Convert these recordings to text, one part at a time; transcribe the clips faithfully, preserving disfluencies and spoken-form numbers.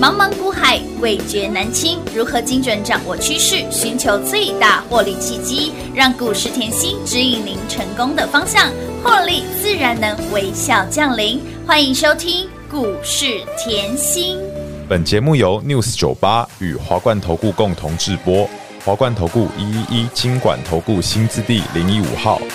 茫茫股海，味觉难清。如何精准掌握趋势，寻求最大获利契机，让股市甜心指引您成功的方向，获利自然能微笑降临。欢迎收听股市甜心。 本节目由 News 九十八与华冠投顾共同制播，华冠投顾一一一金管投顾新字第零一五号。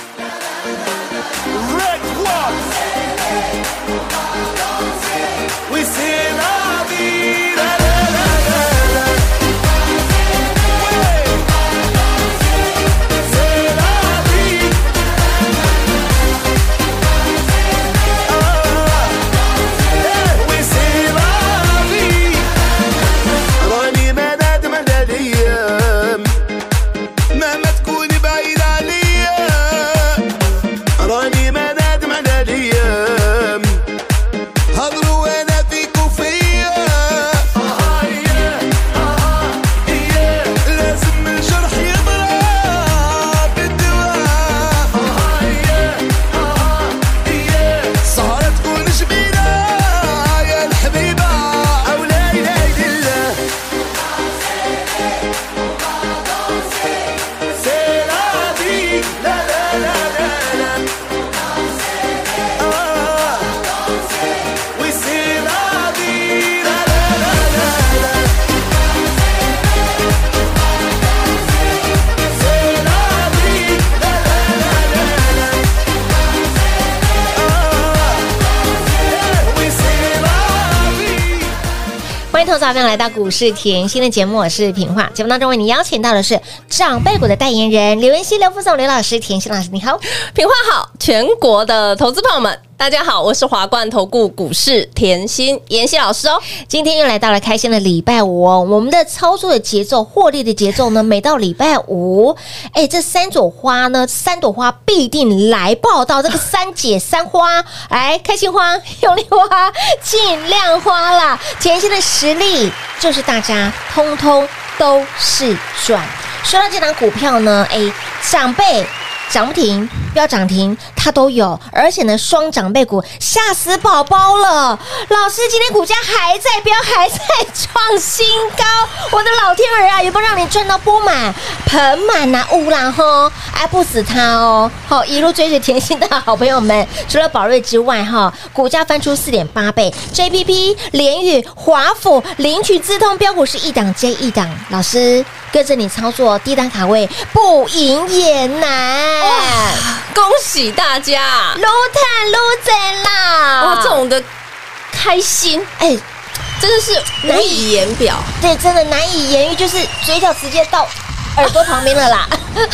投资朋友来到股市甜心的节目，我是品化。节目当中为你邀请到的是长辈股的代言人刘文熙、刘副总、刘老师。甜心老师你好， 品化好，全国的投资朋友们大家好，我是华冠投顾股市甜心妍希老师哦。 今天又来到了开心的礼拜五哦，我们的操作的节奏、获利的节奏呢，每到礼拜五，哎，这三朵花呢，三朵花必定来报道。这个三姐三花，来开心花、用力花、尽量花啦。甜心的实力就是大家通通都是赚。说到这档股票呢，哎，长辈。涨不停，飙涨停，它都有，而且呢，双长辈股吓死宝宝了。老师，今天股价还在飙，还在创新高，我的老天儿啊，有没有让你赚到波满盆满呐？乌啦吼，爱不死它哦。好，一路追随甜心的好朋友们，除了宝瑞之外，哈，股价翻出 四点八 倍 ，J P P、联宇、华府、领取自通标股是一档接一档，老师。跟着你操作，低档卡位不赢也难。 哇！恭喜大家， 撸探撸贼啦！ 哇，这种的开心，哎，真的是难以言表。 对，真的难以言喻，就是嘴角直接到耳朵旁边了啦。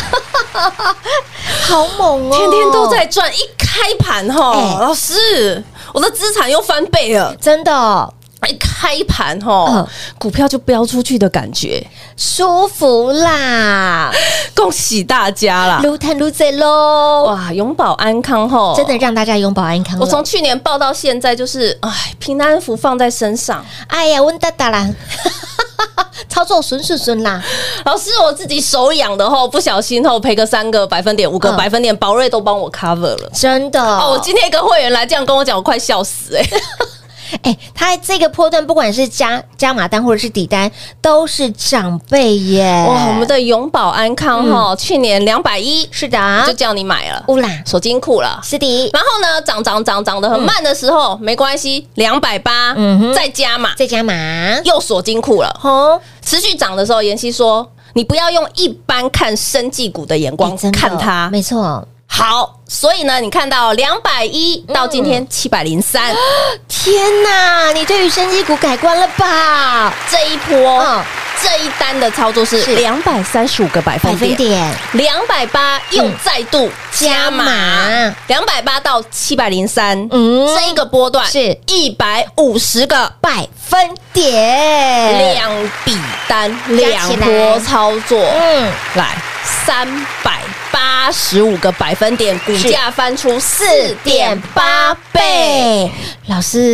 好猛哦！ 天天都在赚，一开盘哈，欸、老师，我的资产又翻倍了， 真的。 一开盘吼，嗯、股票就飙出去的感觉， 舒服啦！ 恭喜大家啦， 撸探撸贼喽！ 哇，永保安康吼， 真的让大家永保安康。 我从去年报到现在，就是哎，平安符放在身上。 哎呀，温哒哒啦，操作顺顺顺啦。 老师，我自己手痒的吼，不小心吼赔个三个百分点、五个百分点，宝瑞都帮我 cover 了， 真的。 哦，我今天一个会员来这样跟我讲，我快笑死哎、欸。 哎、欸，他这个波段不管是加加码单或者是底单，都是长辈耶！ 哇，我们的永保安康哈、嗯，去年两百一， 是的， 就叫你买了， 乌啦， 锁金库了， 是的。 然后呢，涨涨涨涨得很慢的时候，嗯、没关系，两百八，嗯，再加码， 再加码， 又锁金库了。哦，持续涨的时候，妍希说，你不要用一般看生技股的眼光、欸、看它， 没错。 好，所以呢，你看到两百一到今天七百零三， 天哪！你对于生技股改观了吧？ 这一波，嗯、这一单的操作是两百三十五个百分点，两百八又再度加码，两百八到七百零三，嗯，这一个波段是一百五十个百分点， 两笔单，两波操作，嗯，来三百八十五个百分点，股价翻出四点八倍。 老师，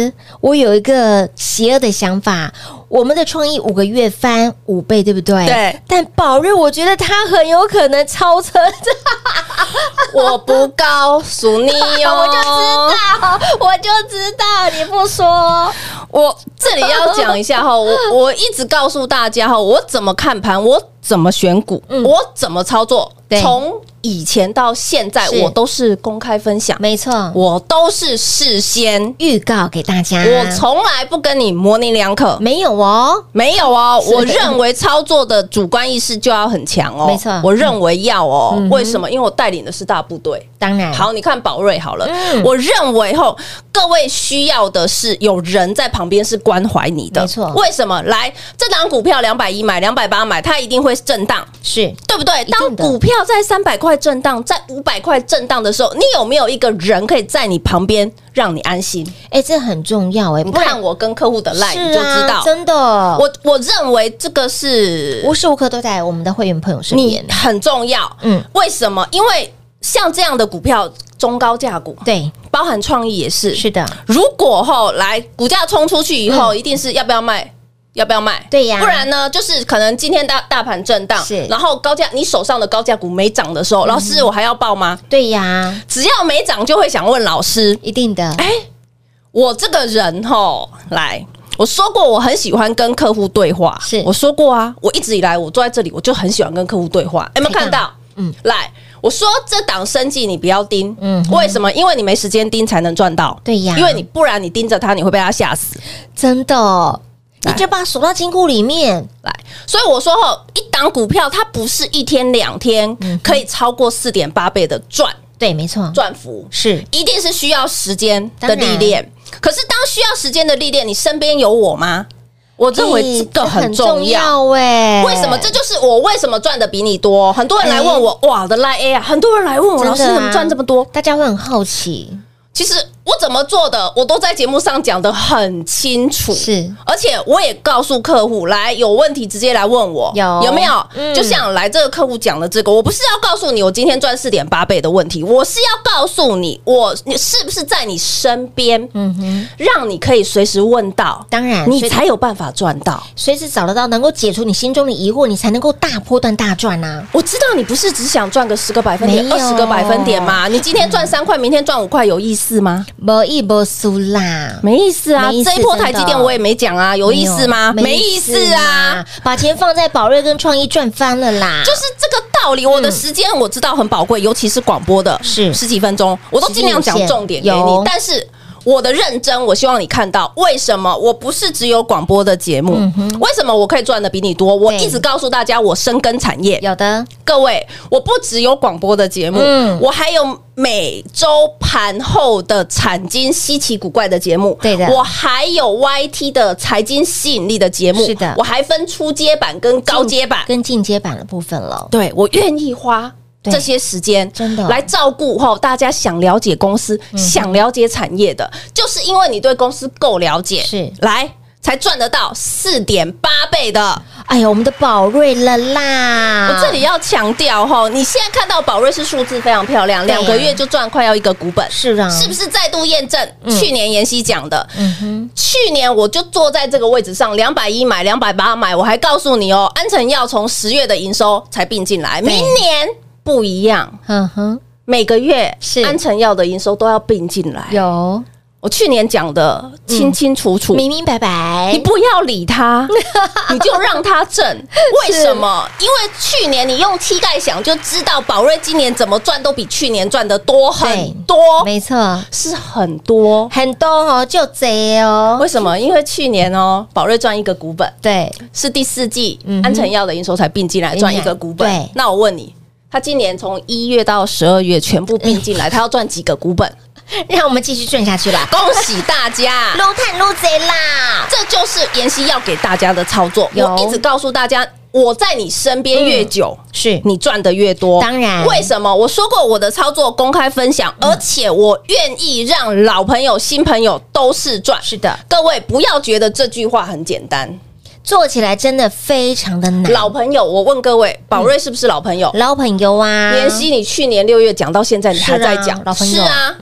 我有一个邪恶的想法，我们的创意五个月翻五倍，对不对？ 对。 但宝瑞，我觉得它很有可能超车， 我不告诉你哦， 我就知道，我就知道，你不说， 我这里要讲一下哈，我我一直告诉大家哈，我怎么看盘，我怎么选股，嗯、我怎么操作，从以前到现在，我都是公开分享， 没错， 我都是事先预告给大家， 我从来不跟你模棱两可， 没有哦， 没有哦，我认为操作的主观意识就要很强哦， 没错， 我认为要哦，嗯、为什么？因为我带领的是大部队， 当然， 好，你看宝瑞好了，嗯、我认为后各位需要的是有人在旁边是关怀你的， 没错， 为什么？来，这档股票两百一买，两百八买，它一定会震荡， 是对不对？当股票在三百块震荡，在五百块震荡的时候，你有没有一个人可以在你旁边让你安心？ 哎、欸，这很重要哎、欸！ 你看我跟客户的 line、啊、你就知道， 真的。 我我认为这个是无时无刻都在我们的会员朋友身边， 你很重要。嗯，为什么？因为像这样的股票，中高价股， 对， 包含创意也是。 是的， 如果后来股价冲出去以后，嗯、一定是要不要卖？要不要卖？ 对呀， 不然呢，就是可能今天大大盘震荡， 是， 然后高价你手上的高价股没涨的时候，嗯、老师我还要报吗？ 对呀， 只要没涨就会想问老师， 一定的。 哎，我这个人吼，来，我说过我很喜欢跟客户对话， 是我说过啊，我一直以来我坐在这里，我就很喜欢跟客户对话，有没有看到？嗯，来。我说这档生技你不要盯，嗯，为什么？因为你没时间盯才能赚到， 对呀， 因为你不然你盯着它，你会被它吓死， 真的。你就把它锁到金库里面来，所以我说吼，一档股票它不是一天两天可以超过四点八倍的赚， 对，没错， 赚幅是一定是需要时间的历练。可是当需要时间的历练，你身边有我吗？我认为这个很重要哎， 为什么？这就是我为什么赚的比你多。很多人来问我，哇，我的 Line A 啊，很多人来问我，老师怎么赚这么多？ 大家会很好奇。 其实我怎么做的，我都在节目上讲得很清楚， 是， 而且我也告诉客户，来有问题直接来问我， 有有没有？嗯、就像来这个客户讲的这个，我不是要告诉你我今天赚四点八倍的问题，我是要告诉你，我你是不是在你身边，嗯哼，让你可以随时问到， 当然， 你才有办法赚到， 随时找得到，能够解除你心中的疑惑，你才能够大波段大赚啊！ 我知道你不是只想赚个十个百分点、二十个百分点嘛？你今天赚三块，明天赚五块，有意思吗？ 没意不输啦， 没意思啊！这一波台积电我也没讲啊，有意思吗？没意思啊！ 把钱放在宝瑞跟创意赚翻了啦， 就是这个道理。我的时间我知道很宝贵，尤其是广播的， 是十几分钟，我都尽量讲重点给你，但是。我的认真，我希望你看到为什么我不是只有广播的节目，嗯、为什么我可以赚的比你多？我一直告诉大家，我深耕产业。 有的， 各位，我不只有广播的节目，嗯、我还有每周盘后的产经稀奇古怪的节目， 对的， 我还有 Y T 的财经吸引力的节目， 是的， 我还分初阶版跟高阶版跟进阶版的部分了。 对，我愿意花。这些时间真的来照顾后，大家想了解公司、嗯、想了解产业的，就是因为你对公司够了解， 是来才赚得到四点八倍的。 哎呀，我们的宝瑞了啦！ 我这里要强调哈，你现在看到宝瑞是数字非常漂亮，两、啊、个月就赚快要一个股本， 是啊， 是不是再度验证、嗯、去年妍希讲的？嗯哼，去年我就坐在这个位置上，两百一买，两百八买，我还告诉你哦，安诚药从十月的营收才并进来，明年。不一样，嗯哼，每个月安诚药的营收都要并进来。 有， 我去年讲的清清楚楚、 嗯、明明白白， 你不要理他，你就让他挣。为什么？因为去年你用膝盖想就知道，宝瑞今年怎么赚都比去年赚的多很多， 没错， 是很多很多哦，就这哦。 为什么？因为去年哦，宝瑞赚一个股本， 对， 是第四季、嗯、安诚药的营收才并进来赚一个股本。 对， 那我问你。他今年从一月到十二月全部并进来，他要赚几个股本？ 让我们继续赚下去啦！ 恭喜大家， 撸探撸贼啦！ 这就是妍希要给大家的操作。我一直告诉大家，我在你身边越久， 嗯、是你赚的越多。 当然， 为什么？我说过我的操作公开分享，嗯、而且我愿意让老朋友、新朋友都是赚。 是的， 各位不要觉得这句话很简单。 做起来真的非常的难。 老朋友，我问各位，宝瑞是不是老朋友？ 老朋友啊， 妍希，你去年六月讲到现在，你还在讲、 啊、老朋友是啊，嗯，对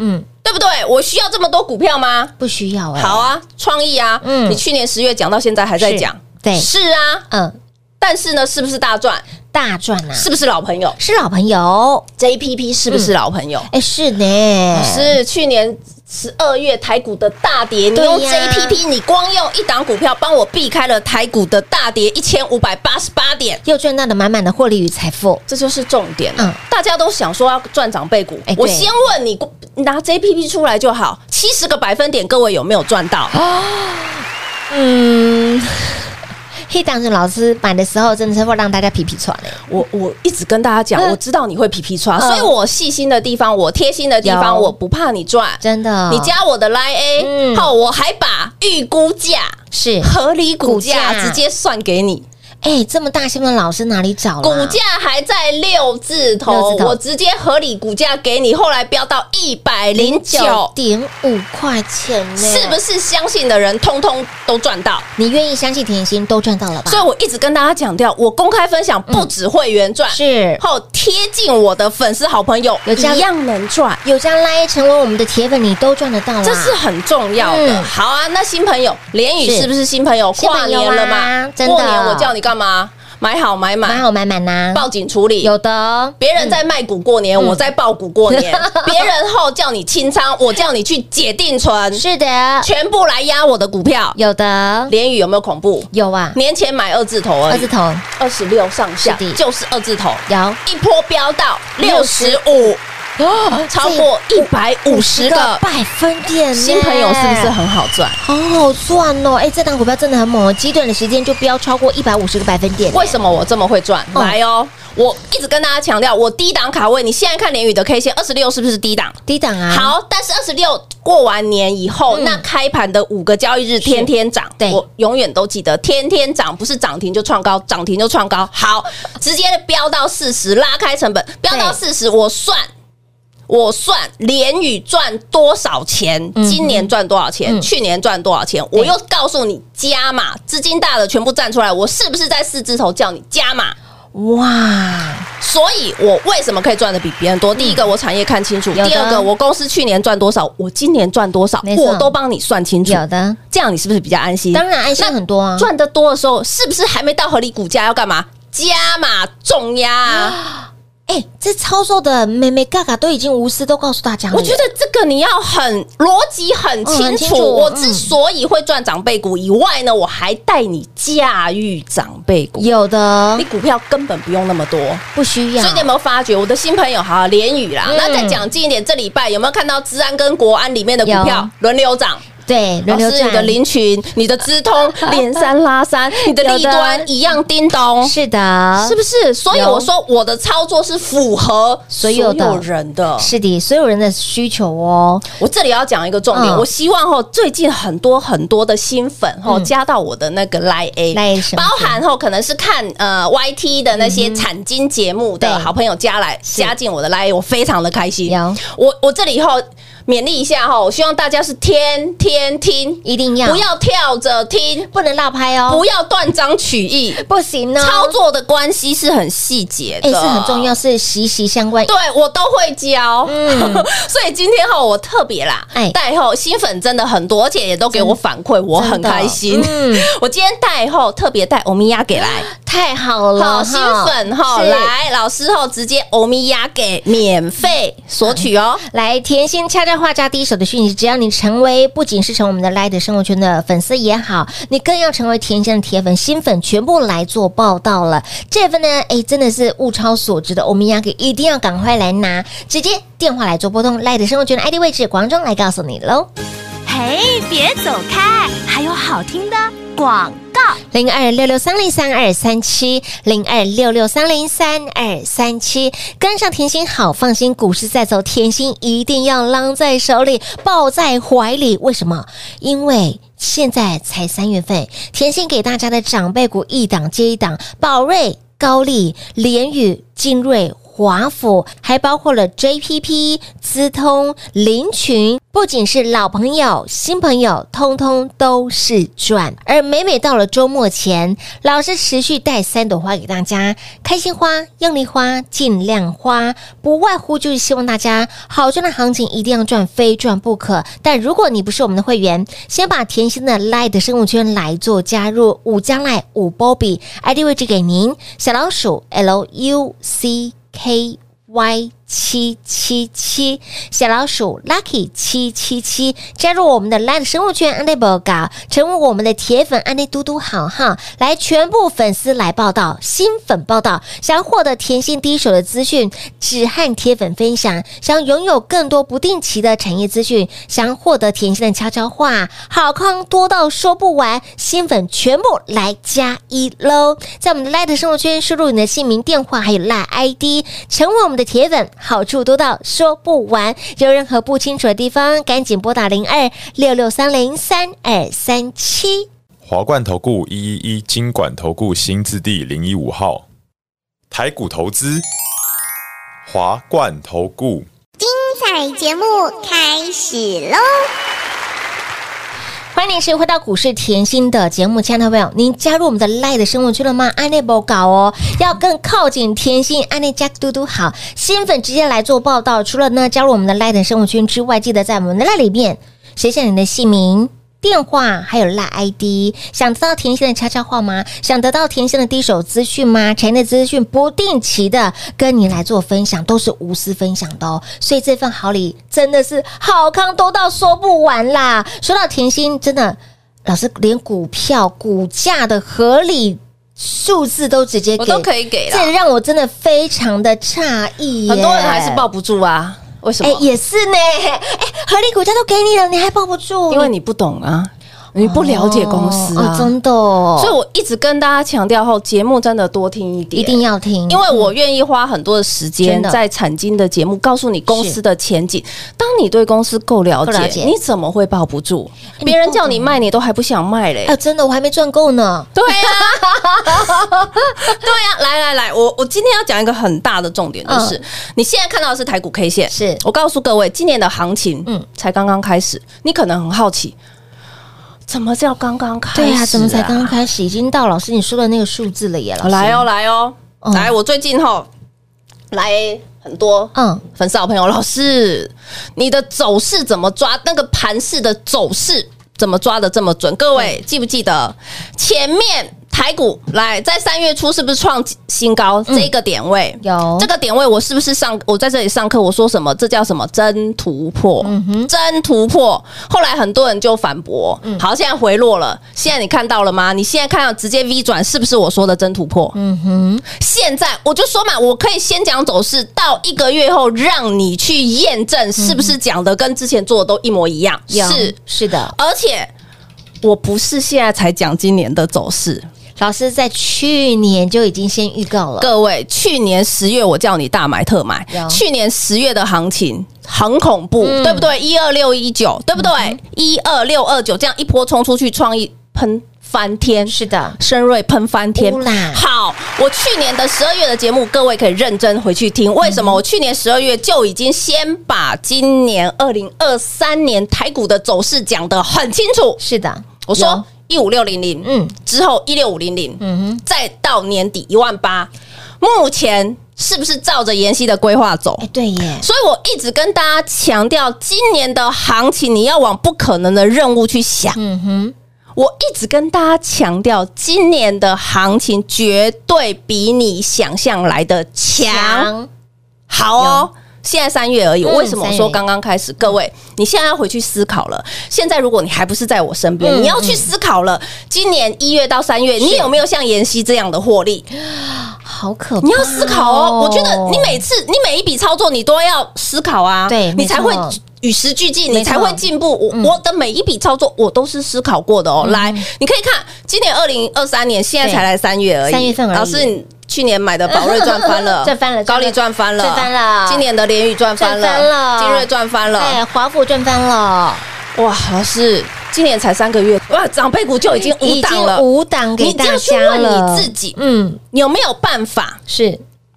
对不对？我需要这么多股票吗？ 不需要哎。 好啊，创意啊，嗯，你去年十月讲到现在还在讲， 对， 是啊，嗯，但是呢，是不是大赚？ 大赚啊！ 是不是老朋友？ 是老朋友。 J P P 是不是老朋友？ 哎、嗯，是呢， 是去年十二月台股的大跌，你用 J P P， 你光用一档股票帮我避开了台股的大跌一千五百八十八点， 又赚到了满满的获利与财富， 这就是重点。嗯，大家都想说要赚长辈股，欸、我先问你，拿 J P P 出来就好，七十个百分点，各位有没有赚到？ 嗯。黑当时老师买的时候，真的是会让大家皮皮喘嘞。 我我一直跟大家讲，我知道你会皮皮喘，所以我细心的地方，我贴心的地方，我不怕你赚， 真的。 你加我的 Line A， 好，我还把预估价是合理股价直接算给你。 哎，这么大新闻，老师哪里找？ 股价还在六字头，我直接合理股价给你，后来飙到一百零九点五块钱呢， 是不是？相信的人通通都赚到， 你愿意相信甜心都赚到了吧？ 所以我一直跟大家强调，我公开分享不止会员赚， 是后贴近我的粉丝好朋友有一样能赚， 有这样来成为我们的铁粉，你都赚得到了， 这是很重要的。好啊，那新朋友联宇是不是新朋友？跨年了嘛， 真的， 过年我叫你干嘛？买好买满， 买好买满呐！ 报警处理， 有的。 别人在卖股过年，我在报股过年。别人后叫你清仓，我叫你去解定存。 是的， 全部来压我的股票。 有的。 联宇有没有恐怖？ 有啊， 年前买二字头而已， 二字头二十六上下，就是二字头。 有一波飙到六十五。超过一百五十个百分点， 新朋友是不是很好赚？ 好好赚哦！哎，这档股票真的很猛，极短的时间就飙超过一百五十个百分点。 为什么我这么会赚？来哦，我一直跟大家强调，我低档卡位。你现在看联宇的 K 线，二十六是不是低档？ 低档啊。 好，但是二十六过完年以后，那开盘的五个交易日天天涨，我永远都记得，天天涨，不是涨停就创高，涨停就创高。好，直接飙到四十，拉开成本，飙到四十，我算。我算联宇赚多少钱，今年赚多少钱，嗯、去年赚多少钱，我又告诉你加码，资金大的全部站出来，我是不是在四字头叫你加码？哇！所以我为什么可以赚的比别人多？嗯、第一个，我产业看清楚；第二个，我公司去年赚多少，我今年赚多少，我都帮你算清楚。 有的， 这样你是不是比较安心？ 当然安心很多啊！ 赚得多的时候，是不是还没到合理股价要干嘛？加码重压啊！ 哎，这操作的妹妹嘎嘎都已经无私都告诉大家了。 我觉得这个你要很逻辑很清楚。嗯、很清楚我之所以会赚长辈股以外呢，我还带你驾驭长辈股。 有的， 你股票根本不用那么多， 不需要。 所以你有没有发觉我的新朋友好联宇啦？嗯、那再讲近一点，这礼拜有没有看到资安跟国安里面的股票轮流涨？ 对，轮流涨。你的林群、你的资通连三拉三，你的立端一样叮咚， 是的， 是不是？所以我说我的操作是符合所有人的， 是的，所有人的需求哦。 我这里要讲一个重点，我希望哈，最近很多很多的新粉哈加到我的那个 Line A， 包含后可能是看呃 Y T 的那些产经节目的好朋友加来加进我的 Line A， 我非常的开心。我我这里以后。勉励一下哈，我希望大家是天天听， 一定要不要跳着听， 不能落拍哦， 不要断章取义， 不行哦。 操作的关系是很细节的， 哎，是很重要，是息息相关。 对我都会教，嗯，所以今天哈，我特别啦，哎，带后新粉真的很多，而且也都给我反馈，我很开心。嗯，我今天带后特别带欧米亚给来， 太好了， 好新粉哈，来老师后直接欧米亚给免费索取哦， 来甜心恰恰。画家第一手的讯息，只要你成为不仅是成为我们的 Light 生活圈的粉丝也好，你更要成为甜心的铁粉、新粉，全部来做报道了。这份呢，哎，真的是物超所值的欧米亚给，一定要赶快来拿，直接电话来做拨通 Light 生活圈的 I D 位置，广中来告诉你喽。 嘿，别走开，还有好听的广告。 零二六六三零三二三七，零二六六三零三二三七，跟上甜心好放心，股市在走，甜心一定要捞在手里，抱在怀里。为什么？因为现在才三月份，甜心给大家的长辈股一档接一档，宝瑞、高丽、联宇、精锐、 华府，还包括了 J P P、资通、林群，不仅是老朋友、新朋友，通通都是赚。而每每到了周末前，老师持续带三朵花给大家，开心花、用力花、尽量花，不外乎就是希望大家好赚的行情一定要赚，非赚不可。但如果你不是我们的会员，先把甜心的 Line 的生物圈来做加入，五加 Line 五 Bobby I D 位置给您，小老鼠 L U C K Y 七七七，小老鼠 Lucky 七七七，加入我们的 Line 生物圈，安内报告，成为我们的铁粉，安内嘟嘟好哈！来，全部粉丝来报道，新粉报道，想要获得甜心第一手的资讯，只和铁粉分享；想要拥有更多不定期的产业资讯，想要获得甜心的悄悄话，好康多到说不完，新粉全部来加一喽！在我们的 Line 生物圈输入你的姓名、电话还有 Line I D， 成为我们的铁粉。好处多到说不完，有任何不清楚的地方，赶紧拨打零二六六三零三二三七。 华冠投顾一一一金管投顾新字第零一五号，台股投资，华冠投顾。 彩节目开始喽！ 欢迎您回到股市甜心的节目，亲爱的朋友，您加入我们的 Line 的生活圈了吗？按内报告哦，要更靠近甜心，按内加嘟嘟好，新粉直接来做报道。除了呢加入我们的 Line 的生活圈之外，记得在我们的 Line 里面写下你的姓名、电话还有 Line I D。 想得到甜心的悄悄话吗？想得到甜心的第一手资讯吗？产业的资讯不定期的跟你来做分享，都是无私分享的哦。所以这份好礼真的是好康多到说不完啦。说到甜心，真的老师连股票股价的合理数字都直接给， 我都可以给啦， 这让我真的非常的诧异耶。 很多人还是抱不住啊，为什么？ 哎，也是呢，哎，合理股价都给你了，你还抱不住？ 因为你不懂啊，你不了解公司啊， 哦哦、真的、哦。 所以我一直跟大家强调后，节目真的多听一点， 一定要听， 因为我愿意花很多的时间在产经的节目，告诉你公司的前景。当你对公司够了解，了解你怎么会抱不住？别人叫你卖，你都还不想卖嘞。 啊，真的，我还没赚够呢。 对呀、啊，对呀、啊，来来来，我我今天要讲一个很大的重点，就是、嗯、你现在看到的是台股 K 线， 是我告诉各位，今年的行情，嗯，才刚刚开始，你可能很好奇。怎么叫刚刚开始、啊？ 对啊，怎么才刚刚开始？已经到老师你说的那个数字了耶！老师来哦，来哦，嗯、来！我最近吼来很多嗯粉丝好朋友，老师，你的走势怎么抓？那个盘势的走势怎么抓的这么准？各位、嗯、记不记得前面？台股来在三月初是不是创新高？嗯、这个点位有这个点位，我是不是上我在这里上课？我说什么？这叫什么？真突破，嗯哼，真突破。后来很多人就反驳，嗯、好，现在回落了。现在你看到了吗？你现在看到直接 V 转，是不是我说的真突破？嗯哼。现在我就说嘛，我可以先讲走势，到一个月后让你去验证是不是讲的跟之前做的都一模一样。是是的， 而且我不是现在才讲今年的走势。 老师在去年就已经先预告了， 各位，去年十月我叫你大买特买，去年十月的行情很恐怖，嗯、对不对？一二六一九，对不对？一二六二九这样一波冲出去，创意喷翻天， 是的， 深瑞喷翻天。好，我去年的十二月的节目，各位可以认真回去听。为什么？我去年十二月就已经先把今年二零二三年台股的走势讲得很清楚。 是的， 我说。一五六零零，嗯，之后一六五零零，嗯哼，再到年底一万八，目前是不是照着妍希的规划走？ 哎，对耶， 所以我一直跟大家强调，今年的行情你要往不可能的任务去想。嗯哼，我一直跟大家强调，今年的行情绝对比你想象来的强。好哦。现在三月而已，为什么我说刚刚开始？各位，你现在要回去思考了。现在如果你还不是在我身边，你要去思考了。今年一月到三月，你有没有像妍希这样的获利？ 好可怕！ 你要思考哦。我觉得你每次你每一笔操作，你都要思考啊， 对你才会与时俱进，你才会进步。我我的每一笔操作，我都是思考过的哦。来，你可以看今年二零二三年，现在才来三月而已， 三月份而已。 老师，你去年买的宝瑞赚翻了， 赚翻了， 高利赚翻了， 赚翻了。 今年的联宇赚翻了，精锐赚翻了， 对，华富赚翻了。 哇，老师，今年才三个月，哇，长辈股就已经五档了， 五档给大家了。 你就去问你自己，嗯，有没有办法是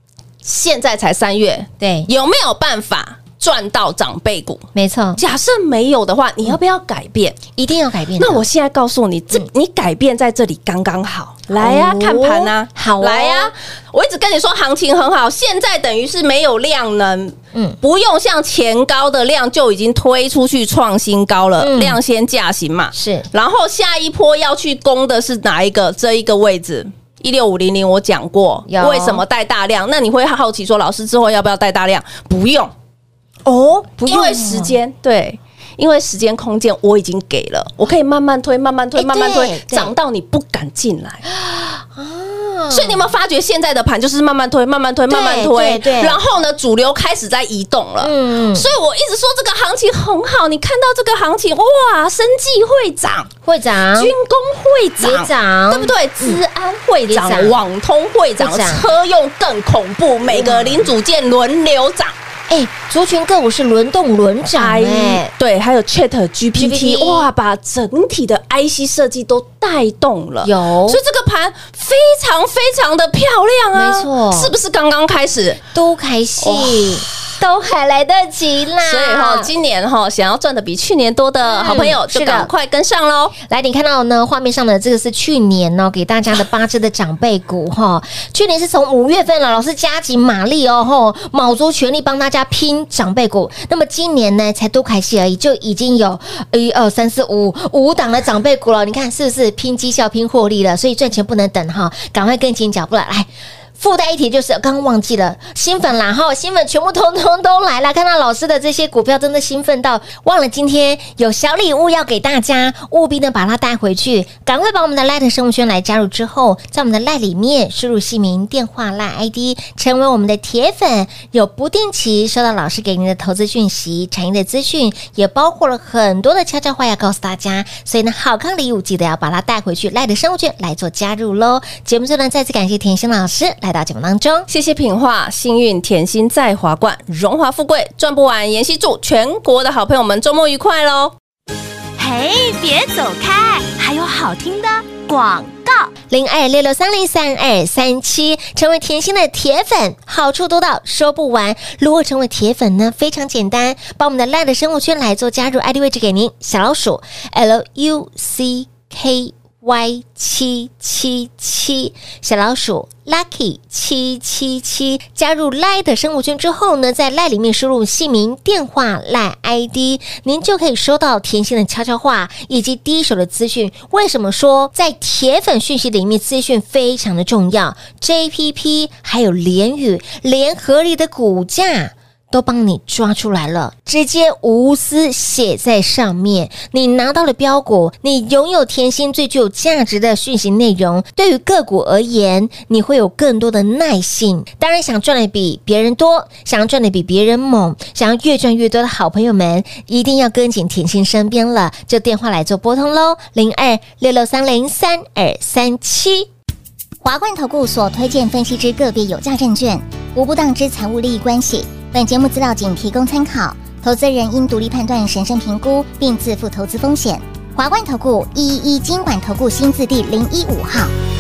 现在才三月， 对， 有没有办法赚到长辈股？ 没错， 假设没有的话，你要不要改变？ 一定要改变。 那我现在告诉你，这你改变在这里刚刚好。来呀，看盘啊， 好， 来呀！我一直跟你说行情很好，现在等于是没有量能，嗯，不用像前高的量就已经推出去创新高了，量先价行嘛， 是。 然后下一波要去攻的是哪一个？这一个位置。一六五零零我讲过，为什么带大量？那你会好奇说，老师之后要不要带大量？不用哦，不用， 因为时间对。因为时间空间我已经给了，我可以慢慢推，慢慢推，慢慢推，涨到你不敢进来啊！所以你有没有发觉现在的盘就是慢慢推，慢慢推，慢慢推，然后呢，主流开始在移动了。嗯，所以我一直说这个行情很好，你看到这个行情，哇，生技会涨， 会涨， 军工会涨，对不对？资安会涨，网通会涨，车用更恐怖，每个零组件轮流涨。 哎，族群个股是轮动轮涨哎， 对，还有 Chat G P T， 哇，把整体的 I C 设计都带动了， 有， 所以这个盘非常非常的漂亮啊， 没错， 是不是刚刚开始都开戏？都还来得及啦， 所以哈，今年哈想要赚的比去年多的好朋友，就赶快跟上喽！ 来，你看到呢，画面上的这个是去年呢给大家的八只的长辈股哈，去年是从五月份了，老师加紧马力哦吼，卯足全力帮大家拼长辈股。那么今年呢，才多开戏而已，就已经有一二三四五五档的长辈股了。你看是不是拼绩效、拼获利了？所以赚钱不能等哈，赶快跟紧脚步了，来。附带一提就是刚刚忘记了新粉啦哈，新粉全部通通都来了，看到老师的这些股票真的兴奋到忘了今天有小礼物要给大家，务必呢把它带回去，赶快把我们的 LINE 生物圈来加入之后，在我们的 LINE 里面输入姓名、电话、LINE I D， 成为我们的铁粉，有不定期收到老师给您的投资讯息、产业的资讯，也包括了很多的悄悄话要告诉大家，所以呢好康礼物记得要把它带回去 LINE 的生物圈来做加入咯。节目最后呢再次感谢甜心老师来到节目当中， 谢谢品画，幸运甜心在华冠，荣华富贵赚不完。妍希祝全国的好朋友们周末愉快喽！ 嘿，别走开，还有好听的广告。 零二六六三零三二三七，成为甜心的铁粉，好处多到说不完。如何成为铁粉呢？非常简单，把我们的 LINE 的生物圈来做加入 I D 位置给您，小老鼠 L U C K Y 七七七，小老鼠 Lucky 七七七，加入 LINE 的生物圈之后呢，在 LINE 里面输入姓名、电话、LINE I D， 您就可以收到甜心的悄悄话以及第一手的资讯。为什么说在铁粉讯息里面资讯非常的重要 ？J P P 还有联宇联合力的股价都帮你抓出来了，直接无私写在上面。你拿到了标股，你拥有甜心最具有价值的讯息内容。对于个股而言，你会有更多的耐性。当然，想赚的比别人多，想要赚的比别人猛，想要越赚越多的好朋友们，一定要跟紧甜心身边了。就电话来做拨通喽，零二六六三零三二三七。 华冠投顾所推荐分析之个别有价证券，无不当之财务利益关系。本节目资料仅提供参考，投资人应独立判断、审慎评估，并自负投资风险。华冠投顾一一一金管投顾新字第零一五号。